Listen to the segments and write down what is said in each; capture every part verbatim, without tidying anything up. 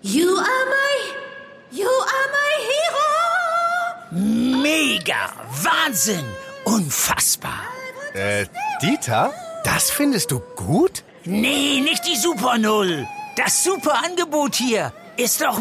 You are my, you are my hero. Mega, Wahnsinn, unfassbar. Äh, Dieter, das findest du gut? Nee, nicht die Super Null. Das Super-Angebot hier ist doch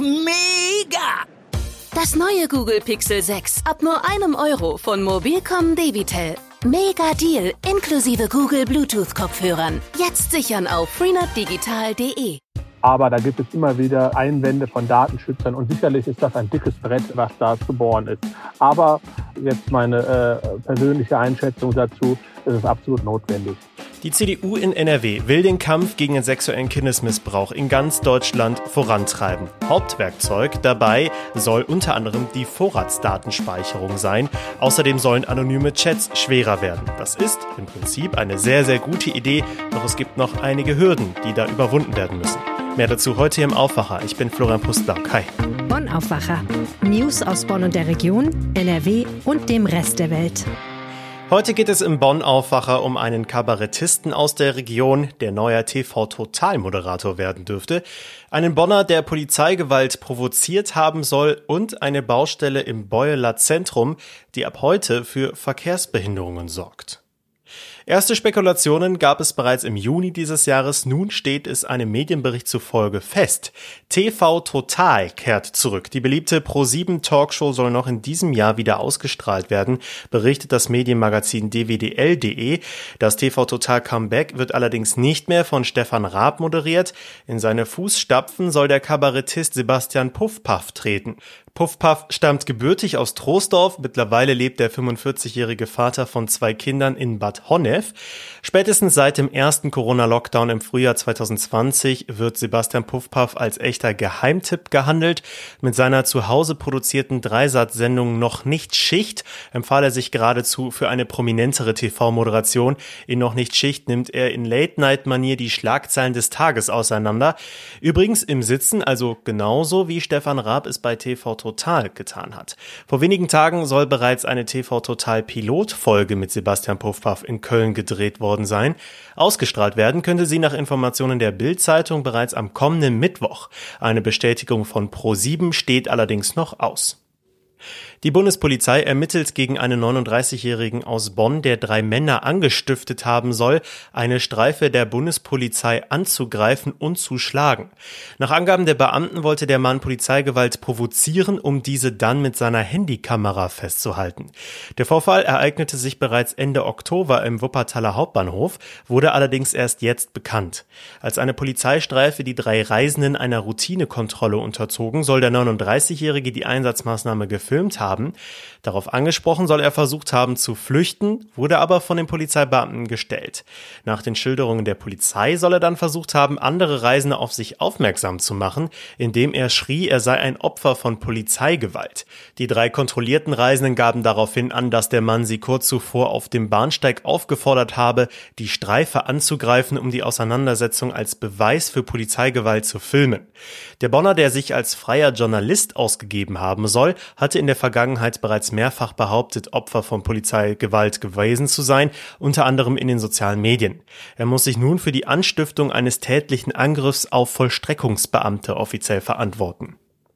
mega. Das neue Google Pixel sechs ab nur einem Euro von Mobilcom Debitel. Mega Deal inklusive Google Bluetooth-Kopfhörern. Jetzt sichern auf freenet digital punkt de. Aber da gibt es immer wieder Einwände von Datenschützern und sicherlich ist das ein dickes Brett, was da zu bohren ist. Aber jetzt meine äh, persönliche Einschätzung dazu, ist es absolut notwendig. Die C D U in N R W will den Kampf gegen den sexuellen Kindesmissbrauch in ganz Deutschland vorantreiben. Hauptwerkzeug dabei soll unter anderem die Vorratsdatenspeicherung sein. Außerdem sollen anonyme Chats schwerer werden. Das ist im Prinzip eine sehr, sehr gute Idee, doch es gibt noch einige Hürden, die da überwunden werden müssen. Mehr dazu heute hier im Aufwacher. Ich bin Florian Pustlauk. Hi. Bonn Aufwacher. News aus Bonn und der Region, N R W und dem Rest der Welt. Heute geht es im Bonn-Aufwacher um einen Kabarettisten aus der Region, der neuer T V-Total-Moderator werden dürfte, einen Bonner, der Polizeigewalt provoziert haben soll und eine Baustelle im Beueler Zentrum, die ab heute für Verkehrsbehinderungen sorgt. Erste Spekulationen gab es bereits im Juni dieses Jahres, nun steht es einem Medienbericht zufolge fest. T V Total kehrt zurück. Die beliebte Pro sieben Talkshow soll noch in diesem Jahr wieder ausgestrahlt werden, berichtet das Medienmagazin d w d l punkt de. Das T V Total Comeback wird allerdings nicht mehr von Stefan Raab moderiert. In seine Fußstapfen soll der Kabarettist Sebastian Puffpaff treten. Puffpaff stammt gebürtig aus Troisdorf, mittlerweile lebt der fünfundvierzigjährige Vater von zwei Kindern in Bad Honnef. Spätestens seit dem ersten Corona-Lockdown im Frühjahr zwanzig zwanzig wird Sebastian Puffpaff als echter Geheimtipp gehandelt. Mit seiner zu Hause produzierten Dreisat-Sendung Noch nicht Schicht empfahl er sich geradezu für eine prominentere T V-Moderation. In Noch nicht Schicht nimmt er in Late-Night-Manier die Schlagzeilen des Tages auseinander. Übrigens im Sitzen, also genauso wie Stefan Raab es bei T V Total getan hat. Vor wenigen Tagen soll bereits eine T V Total Pilotfolge mit Sebastian Puffpaff in Köln gedreht worden sein. Ausgestrahlt werden könnte sie nach Informationen der Bild-Zeitung bereits am kommenden Mittwoch. Eine Bestätigung von Pro sieben steht allerdings noch aus. Die Bundespolizei ermittelt gegen einen neununddreißigjährigen aus Bonn, der drei Männer angestiftet haben soll, eine Streife der Bundespolizei anzugreifen und zu schlagen. Nach Angaben der Beamten wollte der Mann Polizeigewalt provozieren, um diese dann mit seiner Handykamera festzuhalten. Der Vorfall ereignete sich bereits Ende Oktober im Wuppertaler Hauptbahnhof, wurde allerdings erst jetzt bekannt. Als eine Polizeistreife die drei Reisenden einer Routinekontrolle unterzogen, soll der neununddreißigjährige die Einsatzmaßnahme gefilmt haben. Darauf angesprochen soll er versucht haben zu flüchten, wurde aber von den Polizeibeamten gestellt. Nach den Schilderungen der Polizei soll er dann versucht haben, andere Reisende auf sich aufmerksam zu machen, indem er schrie, er sei ein Opfer von Polizeigewalt. Die drei kontrollierten Reisenden gaben daraufhin an, dass der Mann sie kurz zuvor auf dem Bahnsteig aufgefordert habe, die Streife anzugreifen, um die Auseinandersetzung als Beweis für Polizeigewalt zu filmen. Der Bonner, der sich als freier Journalist ausgegeben haben soll, hatte in der Vergangenheit bereits mehrfach behauptet, Opfer von Polizeigewalt gewesen zu sein, unter anderem in den sozialen Medien. Er muss sich nun für die Anstiftung eines tätlichen Angriffs auf Vollstreckungsbeamte offiziell verantworten.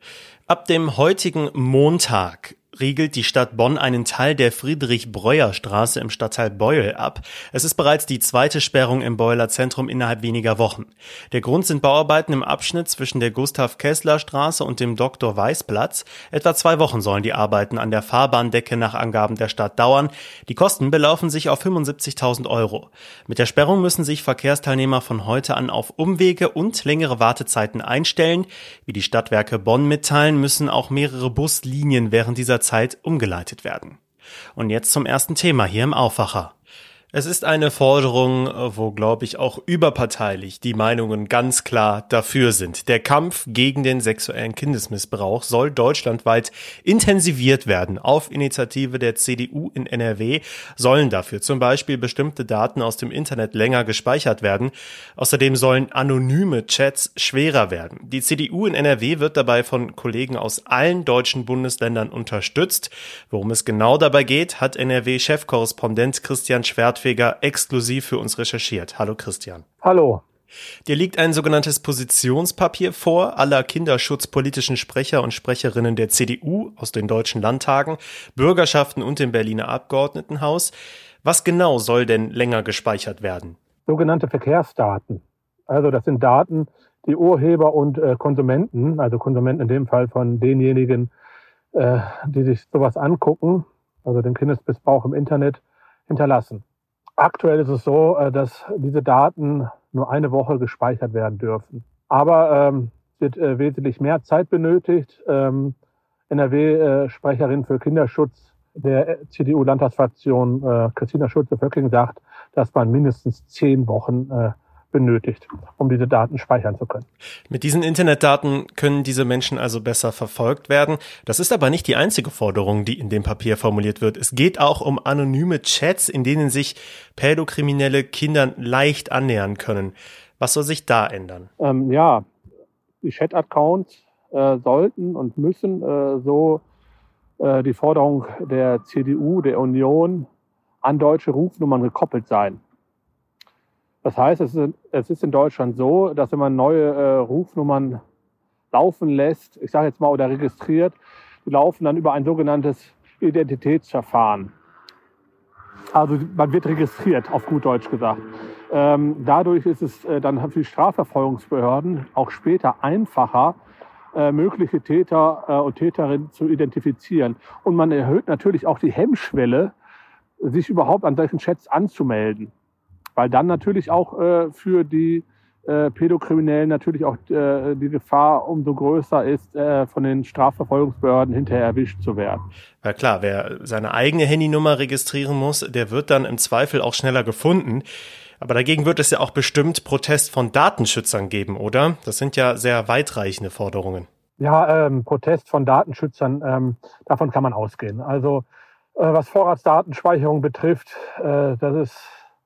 Ab dem heutigen Montag riegelt die Stadt Bonn einen Teil der Friedrich-Breuer-Straße im Stadtteil Beuel ab. Es ist bereits die zweite Sperrung im Beueler Zentrum innerhalb weniger Wochen. Der Grund sind Bauarbeiten im Abschnitt zwischen der Gustav-Kessler-Straße und dem Doktor-Weiß-Platz. Etwa zwei Wochen sollen die Arbeiten an der Fahrbahndecke nach Angaben der Stadt dauern. Die Kosten belaufen sich auf fünfundsiebzigtausend Euro. Mit der Sperrung müssen sich Verkehrsteilnehmer von heute an auf Umwege und längere Wartezeiten einstellen. Wie die Stadtwerke Bonn mitteilen, müssen auch mehrere Buslinien während dieser Zeit umgeleitet werden. Und jetzt zum ersten Thema hier im Aufwacher. Es ist eine Forderung, wo, glaube ich, auch überparteilich die Meinungen ganz klar dafür sind. Der Kampf gegen den sexuellen Kindesmissbrauch soll deutschlandweit intensiviert werden. Auf Initiative der C D U in N R W sollen dafür zum Beispiel bestimmte Daten aus dem Internet länger gespeichert werden. Außerdem sollen anonyme Chats schwerer werden. Die C D U in N R W wird dabei von Kollegen aus allen deutschen Bundesländern unterstützt. Worum es genau dabei geht, hat N R W-Chefkorrespondent Christian Schwertfeger exklusiv für uns recherchiert. Hallo Christian. Hallo. Dir liegt ein sogenanntes Positionspapier vor aller kinderschutzpolitischen Sprecher und Sprecherinnen der C D U aus den deutschen Landtagen, Bürgerschaften und dem Berliner Abgeordnetenhaus. Was genau soll denn länger gespeichert werden? Sogenannte Verkehrsdaten. Also das sind Daten, die Urheber und äh, Konsumenten, also Konsumenten in dem Fall von denjenigen, äh, die sich sowas angucken, also den Kindesmissbrauch im Internet, hinterlassen. Aktuell ist es so, äh, dass diese Daten nur eine Woche gespeichert werden dürfen. Aber ähm, es wird äh, wesentlich mehr Zeit benötigt. Ähm, N R W-Sprecherin für Kinderschutz der C D U-Landtagsfraktion äh, Christina Schulze-Vöckling sagt, dass man mindestens zehn Wochen äh, benötigt, um diese Daten speichern zu können. Mit diesen Internetdaten können diese Menschen also besser verfolgt werden. Das ist aber nicht die einzige Forderung, die in dem Papier formuliert wird. Es geht auch um anonyme Chats, in denen sich Pädokriminelle Kindern leicht annähern können. Was soll sich da ändern? Ähm, ja, die Chat-Accounts äh, sollten und müssen äh, so äh, die Forderung der C D U, der Union, an deutsche Rufnummern gekoppelt sein. Das heißt, es ist, es ist in Deutschland so, dass wenn man neue äh, Rufnummern laufen lässt, ich sage jetzt mal, oder registriert, die laufen dann über ein sogenanntes Identitätsverfahren. Also man wird registriert, auf gut Deutsch gesagt. Ähm, dadurch ist es äh, dann für die Strafverfolgungsbehörden auch später einfacher, äh, mögliche Täter äh, und Täterinnen zu identifizieren. Und man erhöht natürlich auch die Hemmschwelle, sich überhaupt an solchen Chats anzumelden. Weil dann natürlich auch äh, für die äh, Pädokriminellen natürlich auch äh, die Gefahr umso größer ist, äh, von den Strafverfolgungsbehörden hinterher erwischt zu werden. Ja klar, wer seine eigene Handynummer registrieren muss, der wird dann im Zweifel auch schneller gefunden. Aber dagegen wird es ja auch bestimmt Protest von Datenschützern geben, oder? Das sind ja sehr weitreichende Forderungen. Ja, ähm, Protest von Datenschützern, ähm, davon kann man ausgehen. Also äh, was Vorratsdatenspeicherung betrifft, äh, das ist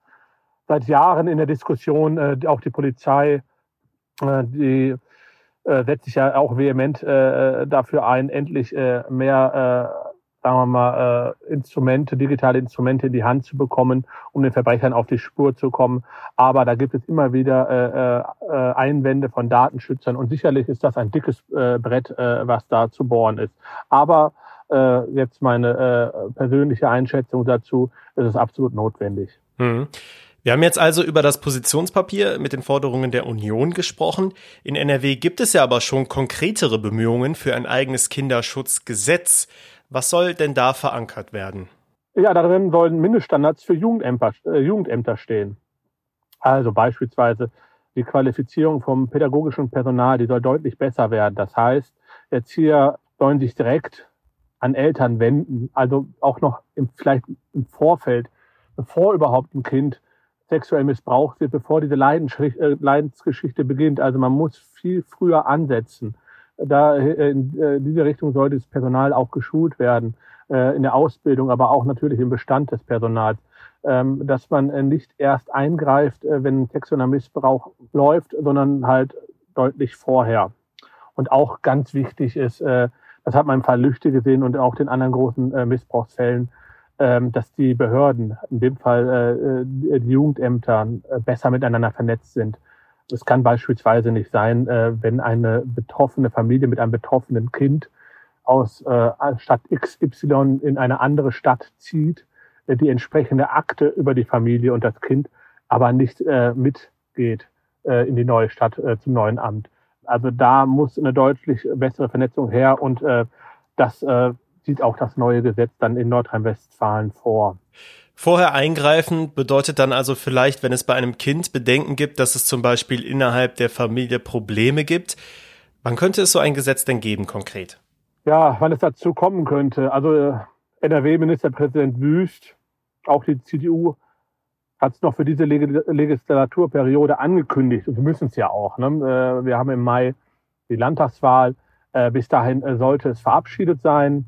seit Jahren in der Diskussion, äh, auch die Polizei, äh, die äh, setzt sich ja auch vehement äh, dafür ein, endlich äh, mehr, äh, sagen wir mal, äh, Instrumente, digitale Instrumente in die Hand zu bekommen, um den Verbrechern auf die Spur zu kommen. Aber da gibt es immer wieder äh, äh, Einwände von Datenschützern und sicherlich ist das ein dickes äh, Brett, äh, was da zu bohren ist. Aber äh, jetzt meine äh, persönliche Einschätzung dazu, ist es absolut notwendig. Mhm. Wir haben jetzt also über das Positionspapier mit den Forderungen der Union gesprochen. In N R W gibt es ja aber schon konkretere Bemühungen für ein eigenes Kinderschutzgesetz. Was soll denn da verankert werden? Ja, darin sollen Mindeststandards für Jugendämter, äh, Jugendämter stehen. Also beispielsweise die Qualifizierung vom pädagogischen Personal, die soll deutlich besser werden. Das heißt, Erzieher sollen sich direkt an Eltern wenden, also auch noch im, vielleicht im Vorfeld, bevor überhaupt ein Kind sexuell missbraucht wird, bevor diese Leidensgeschichte beginnt. Also man muss viel früher ansetzen. Da in diese Richtung sollte das Personal auch geschult werden, in der Ausbildung, aber auch natürlich im Bestand des Personals, dass man nicht erst eingreift, wenn sexueller Missbrauch läuft, sondern halt deutlich vorher. Und auch ganz wichtig ist, das hat man im Fall Lüchte gesehen und auch den anderen großen Missbrauchsfällen, dass die Behörden, in dem Fall die Jugendämter, besser miteinander vernetzt sind. Es kann beispielsweise nicht sein, wenn eine betroffene Familie mit einem betroffenen Kind aus Stadt X Y in eine andere Stadt zieht, die entsprechende Akte über die Familie und das Kind aber nicht mitgeht in die neue Stadt zum neuen Amt. Also da muss eine deutlich bessere Vernetzung her und das sieht auch das neue Gesetz dann in Nordrhein-Westfalen vor. Vorher eingreifen bedeutet dann also vielleicht, wenn es bei einem Kind Bedenken gibt, dass es zum Beispiel innerhalb der Familie Probleme gibt. Wann könnte es so ein Gesetz denn geben konkret? Ja, wann es dazu kommen könnte. Also N R W-Ministerpräsident Wüst, auch die C D U, hat es noch für diese Leg- Legislaturperiode angekündigt. Und wir müssen es ja auch. Ne? Wir haben im Mai die Landtagswahl. Bis dahin sollte es verabschiedet sein.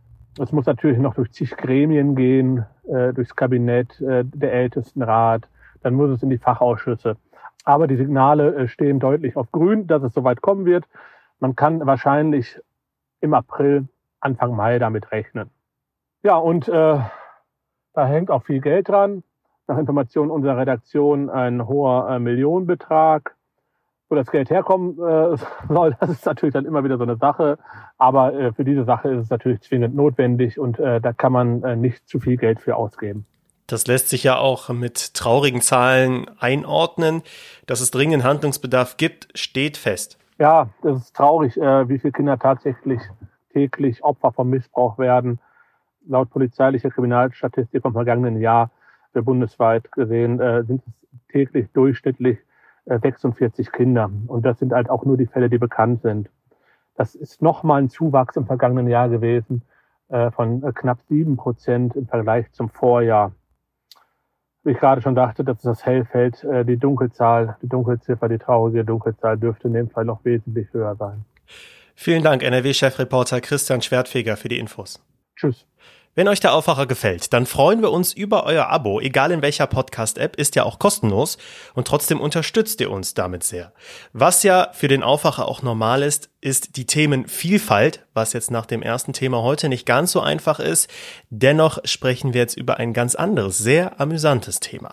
Es muss natürlich noch durch zig Gremien gehen, äh, durchs Kabinett, äh, der Ältestenrat, dann muss es in die Fachausschüsse. Aber die Signale äh, stehen deutlich auf grün, dass es soweit kommen wird. Man kann wahrscheinlich im April, Anfang Mai damit rechnen. Ja, und äh, da hängt auch viel Geld dran. nach Informationen unserer Redaktion ein hoher äh, Millionenbetrag. Wo das Geld herkommen äh, soll, das ist natürlich dann immer wieder so eine Sache. Aber äh, für diese Sache ist es natürlich zwingend notwendig und äh, da kann man äh, nicht zu viel Geld für ausgeben. Das lässt sich ja auch mit traurigen Zahlen einordnen. Dass es dringenden Handlungsbedarf gibt, steht fest. Ja, das ist traurig, äh, wie viele Kinder tatsächlich täglich Opfer von Missbrauch werden. Laut polizeilicher Kriminalstatistik vom vergangenen Jahr, äh, bundesweit gesehen, äh, sind es täglich durchschnittlich sechsundvierzig Kinder. Und das sind halt auch nur die Fälle, die bekannt sind. Das ist nochmal ein Zuwachs im vergangenen Jahr gewesen äh, von äh, knapp sieben Prozent im Vergleich zum Vorjahr. Wie ich gerade schon dachte, das ist das Hellfeld. Äh, die Dunkelzahl, die Dunkelziffer, die traurige Dunkelzahl dürfte in dem Fall noch wesentlich höher sein. Vielen Dank, N R W-Chefreporter Christian Schwertfeger, für die Infos. Tschüss. Wenn euch der Aufwacher gefällt, dann freuen wir uns über euer Abo, egal in welcher Podcast-App, ist ja auch kostenlos und trotzdem unterstützt ihr uns damit sehr. Was ja für den Aufwacher auch normal ist, ist die Themenvielfalt, was jetzt nach dem ersten Thema heute nicht ganz so einfach ist. Dennoch sprechen wir jetzt über ein ganz anderes, sehr amüsantes Thema.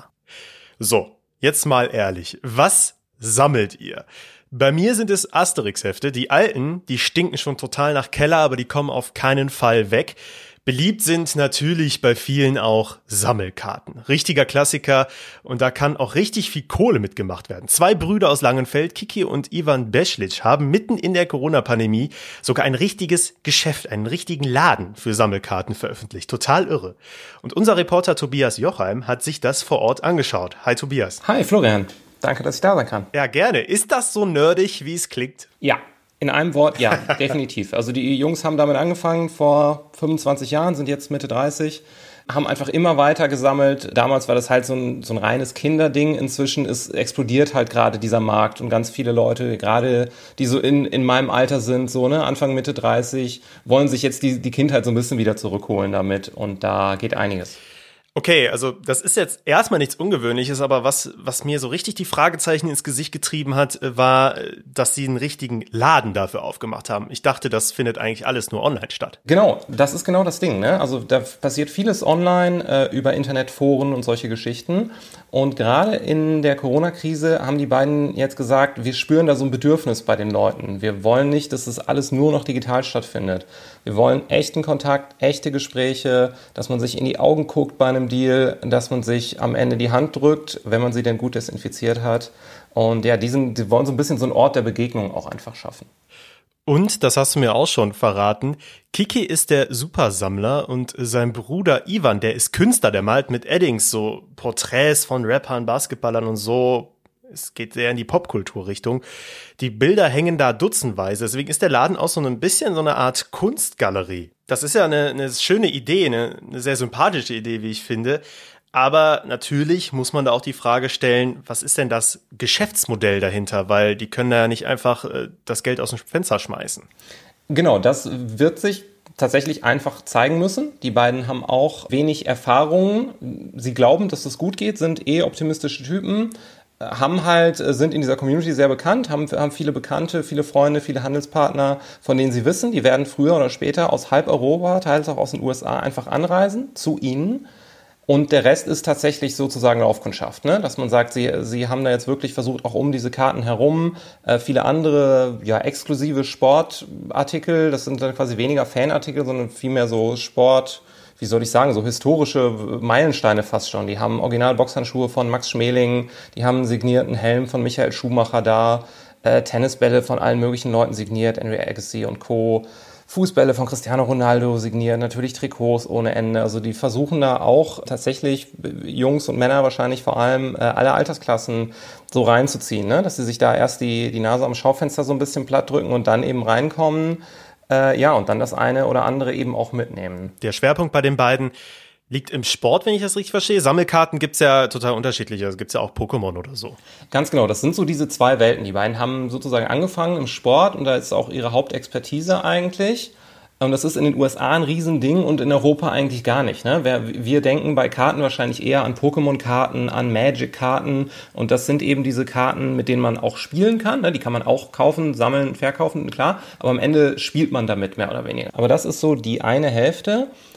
So, jetzt mal ehrlich, was sammelt ihr? Bei mir sind es Asterix-Hefte, die alten, die stinken schon total nach Keller, aber die kommen auf keinen Fall weg. Beliebt sind natürlich bei vielen auch Sammelkarten. Richtiger Klassiker und da kann auch richtig viel Kohle mitgemacht werden. Zwei Brüder aus Langenfeld, Kiki und Ivan Beschlic, haben mitten in der Corona-Pandemie sogar ein richtiges Geschäft, einen richtigen Laden für Sammelkarten veröffentlicht. Total irre. Und unser Reporter Tobias Jochheim hat sich das vor Ort angeschaut. Hi Tobias. Hi Florian, danke, dass ich da sein kann. Ja, gerne. Ist das so nerdig, wie es klingt? Ja. In einem Wort, ja, definitiv. Also die Jungs haben damit angefangen vor fünfundzwanzig Jahren, sind jetzt Mitte dreißig, haben einfach immer weiter gesammelt. Damals war das halt so ein, so ein reines Kinderding. Inzwischen ist explodiert halt gerade dieser Markt und ganz viele Leute, gerade die so in, in meinem Alter sind, so ne Anfang, Mitte dreißig, wollen sich jetzt die, die Kindheit so ein bisschen wieder zurückholen damit und da geht einiges. Okay, also das ist jetzt erstmal nichts Ungewöhnliches, aber was was mir so richtig die Fragezeichen ins Gesicht getrieben hat, war, dass sie einen richtigen Laden dafür aufgemacht haben. Ich dachte, das findet eigentlich alles nur online statt. Genau, das ist genau das Ding, ne? Also da passiert vieles online, äh, über Internetforen und solche Geschichten. Und gerade in der Corona-Krise haben die beiden jetzt gesagt, wir spüren da so ein Bedürfnis bei den Leuten. Wir wollen nicht, dass das alles nur noch digital stattfindet. Wir wollen echten Kontakt, echte Gespräche, dass man sich in die Augen guckt bei einem Deal, dass man sich am Ende die Hand drückt, wenn man sie denn gut desinfiziert hat. Und ja, die, sind, die wollen so ein bisschen so einen Ort der Begegnung auch einfach schaffen. Und, das hast du mir auch schon verraten, Kiki ist der Supersammler und sein Bruder Ivan, der ist Künstler, der malt mit Eddings so Porträts von Rappern, Basketballern und so. Es geht sehr in die Popkulturrichtung. Die Bilder hängen da dutzendweise, deswegen ist der Laden auch so ein bisschen so eine Art Kunstgalerie. Das ist ja eine, eine schöne Idee, eine, eine sehr sympathische Idee, wie ich finde. Aber natürlich muss man da auch die Frage stellen, was ist denn das Geschäftsmodell dahinter? Weil die können da ja nicht einfach äh, das Geld aus dem Fenster schmeißen. Genau, das wird sich tatsächlich einfach zeigen müssen. Die beiden haben auch wenig Erfahrung. Sie glauben, dass das gut geht, sind eh optimistische Typen, haben halt, sind in dieser Community sehr bekannt, haben, haben viele Bekannte, viele Freunde, viele Handelspartner, von denen sie wissen, die werden früher oder später aus halb Europa, teils auch aus den U S A, einfach anreisen zu ihnen. Und der Rest ist tatsächlich sozusagen Laufkundschaft, ne? Dass man sagt, sie, sie haben da jetzt wirklich versucht, auch um diese Karten herum äh, viele andere, ja, exklusive Sportartikel, das sind dann quasi weniger Fanartikel, sondern vielmehr so Sport, wie soll ich sagen, so historische Meilensteine fast schon. Die haben Original-Boxhandschuhe von Max Schmeling, die haben einen signierten Helm von Michael Schumacher da, äh, Tennisbälle von allen möglichen Leuten signiert, Henry Agassi und Co., Fußbälle von Cristiano Ronaldo signiert, natürlich Trikots ohne Ende. Also die versuchen da auch tatsächlich, Jungs und Männer wahrscheinlich vor allem, äh, alle Altersklassen so reinzuziehen, ne? Dass sie sich da erst die, die Nase am Schaufenster so ein bisschen platt drücken und dann eben reinkommen. Äh, ja, und dann das eine oder andere eben auch mitnehmen. Der Schwerpunkt bei den beiden liegt im Sport, wenn ich das richtig verstehe. Sammelkarten gibt's ja total unterschiedliche. Es gibt's ja auch Pokémon oder so. Ganz genau, das sind so diese zwei Welten. Die beiden haben sozusagen angefangen im Sport und da ist auch ihre Hauptexpertise eigentlich. Und das ist in den U S A ein Riesending und in Europa eigentlich gar nicht, ne? Wir denken bei Karten wahrscheinlich eher an Pokémon-Karten, an Magic-Karten und das sind eben diese Karten, mit denen man auch spielen kann, ne? Die kann man auch kaufen, sammeln, verkaufen, klar, aber am Ende spielt man damit mehr oder weniger. Aber das ist so die eine Hälfte.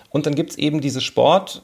Und dann gibt es eben diese Sport,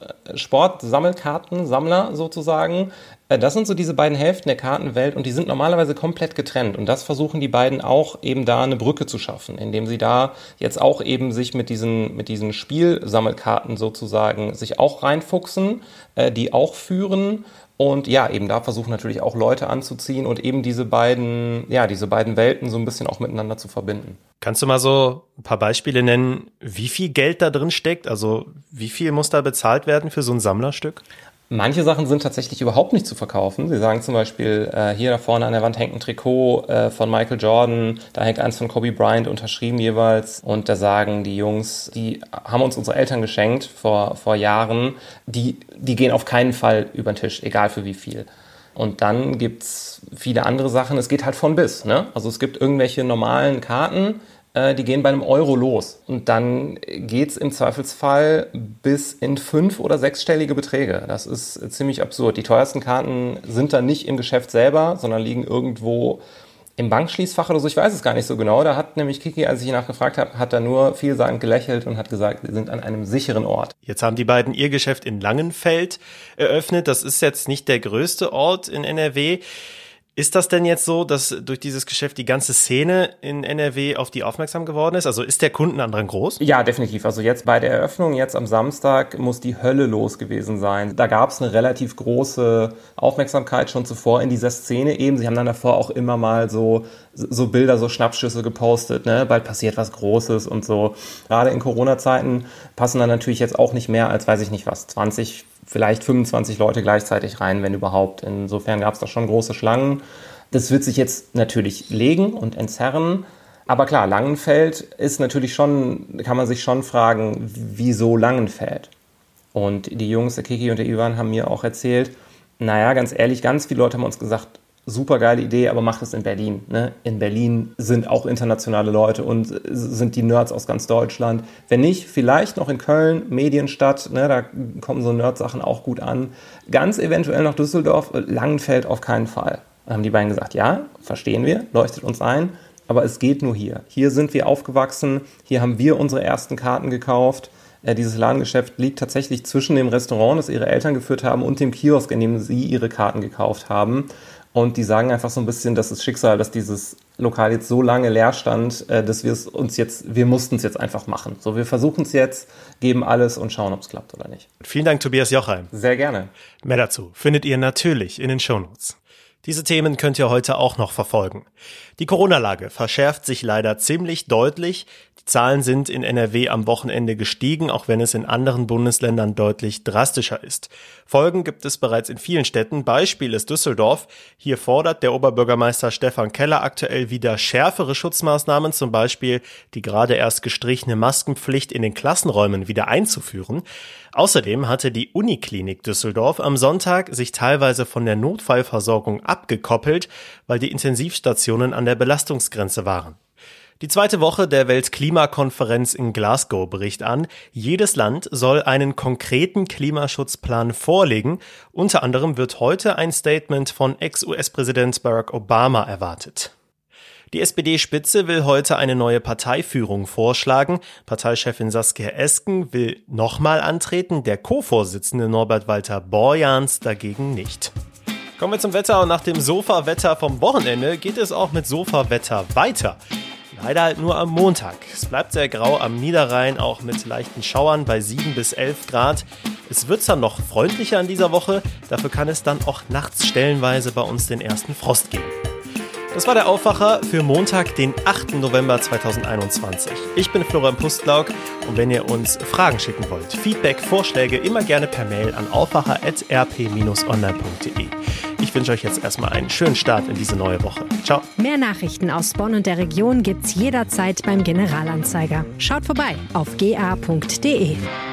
Sport-Sammelkarten-Sammler sozusagen. Das sind so diese beiden Hälften der Kartenwelt und die sind normalerweise komplett getrennt. Und das versuchen die beiden auch eben da eine Brücke zu schaffen, indem sie da jetzt auch eben sich mit diesen, mit diesen Spielsammelkarten sozusagen sich auch reinfuchsen, äh, die auch führen. Und ja, eben da versuchen natürlich auch Leute anzuziehen und eben diese beiden, ja, diese beiden Welten so ein bisschen auch miteinander zu verbinden. Kannst du mal so ein paar Beispiele nennen, wie viel Geld da drin steckt? Also wie viel muss da bezahlt werden für so ein Sammlerstück? Manche Sachen sind tatsächlich überhaupt nicht zu verkaufen. Sie sagen zum Beispiel, äh, hier da vorne an der Wand hängt ein Trikot äh, von Michael Jordan, da hängt eins von Kobe Bryant unterschrieben jeweils. Und da sagen die Jungs, die haben uns unsere Eltern geschenkt vor, vor Jahren, die, die gehen auf keinen Fall über den Tisch, egal für wie viel. Und dann gibt's viele andere Sachen, es geht halt von bis, ne? Also es gibt irgendwelche normalen Karten, die gehen bei einem Euro los. Und dann geht's im Zweifelsfall bis in fünf- oder sechsstellige Beträge. Das ist ziemlich absurd. Die teuersten Karten sind dann nicht im Geschäft selber, sondern liegen irgendwo im Bankschließfach oder so. Ich weiß es gar nicht so genau. Da hat nämlich Kiki, als ich ihn nachgefragt habe, hat er nur vielsagend gelächelt und hat gesagt, wir sind an einem sicheren Ort. Jetzt haben die beiden ihr Geschäft in Langenfeld eröffnet. Das ist jetzt nicht der größte Ort in N R W. Ist das denn jetzt so, dass durch dieses Geschäft die ganze Szene in N R W auf die aufmerksam geworden ist? Also ist der Kundenandrang groß? Ja, definitiv. Also jetzt bei der Eröffnung, jetzt am Samstag, muss die Hölle los gewesen sein. Da gab es eine relativ große Aufmerksamkeit schon zuvor in dieser Szene eben. Sie haben dann davor auch immer mal so, so Bilder, so Schnappschüsse gepostet, ne? Bald passiert was Großes und so. Gerade in Corona-Zeiten passen dann natürlich jetzt auch nicht mehr als, weiß ich nicht was, zwanzig, vielleicht fünfundzwanzig Leute gleichzeitig rein, wenn überhaupt. Insofern gab es da schon große Schlangen. Das wird sich jetzt natürlich legen und entzerren. Aber klar, Langenfeld ist natürlich schon, kann man sich schon fragen, wieso Langenfeld? Und die Jungs, der Kiki und der Ivan, haben mir auch erzählt, naja, ganz ehrlich, ganz viele Leute haben uns gesagt, super geile Idee, aber macht es in Berlin. Ne? In Berlin sind auch internationale Leute und sind die Nerds aus ganz Deutschland. Wenn nicht, vielleicht noch in Köln, Medienstadt, ne? Da kommen so Nerd-Sachen auch gut an. Ganz eventuell noch Düsseldorf, Langenfeld auf keinen Fall. Dann haben die beiden gesagt, ja, verstehen wir, leuchtet uns ein, aber es geht nur hier. Hier sind wir aufgewachsen, hier haben wir unsere ersten Karten gekauft. Äh, dieses Ladengeschäft liegt tatsächlich zwischen dem Restaurant, das ihre Eltern geführt haben, und dem Kiosk, in dem sie ihre Karten gekauft haben. Und die sagen einfach so ein bisschen, das ist Schicksal, dass dieses Lokal jetzt so lange leer stand, dass wir es uns jetzt, wir mussten es jetzt einfach machen. So, wir versuchen es jetzt, geben alles und schauen, ob es klappt oder nicht. Vielen Dank, Tobias Jochheim. Sehr gerne. Mehr dazu findet ihr natürlich in den Shownotes. Diese Themen könnt ihr heute auch noch verfolgen. Die Corona-Lage verschärft sich leider ziemlich deutlich. Die Zahlen sind in N R W am Wochenende gestiegen, auch wenn es in anderen Bundesländern deutlich drastischer ist. Folgen gibt es bereits in vielen Städten. Beispiel ist Düsseldorf. Hier fordert der Oberbürgermeister Stefan Keller aktuell wieder schärfere Schutzmaßnahmen, zum Beispiel die gerade erst gestrichene Maskenpflicht in den Klassenräumen wieder einzuführen. Außerdem hatte die Uniklinik Düsseldorf am Sonntag sich teilweise von der Notfallversorgung abgekoppelt, weil die Intensivstationen an der Belastungsgrenze waren. Die zweite Woche der Weltklimakonferenz in Glasgow bricht an. Jedes Land soll einen konkreten Klimaschutzplan vorlegen. Unter anderem wird heute ein Statement von Ex-U S-Präsident Barack Obama erwartet. Die S P D-Spitze will heute eine neue Parteiführung vorschlagen. Parteichefin Saskia Esken will nochmal antreten, der Co-Vorsitzende Norbert Walter Borjans dagegen nicht. Kommen wir zum Wetter und nach dem Sofa-Wetter vom Wochenende geht es auch mit Sofa-Wetter weiter. Leider halt nur am Montag. Es bleibt sehr grau am Niederrhein, auch mit leichten Schauern bei sieben bis elf Grad. Es wird dann noch freundlicher in dieser Woche, dafür kann es dann auch nachts stellenweise bei uns den ersten Frost geben. Das war der Aufwacher für Montag, den achten November zweitausendeinundzwanzig. Ich bin Florian Pustlauk und wenn ihr uns Fragen schicken wollt, Feedback, Vorschläge, immer gerne per Mail an aufwacher at r p dash online punkt d e. Ich wünsche euch jetzt erstmal einen schönen Start in diese neue Woche. Ciao. Mehr Nachrichten aus Bonn und der Region gibt's jederzeit beim Generalanzeiger. Schaut vorbei auf g a punkt d e.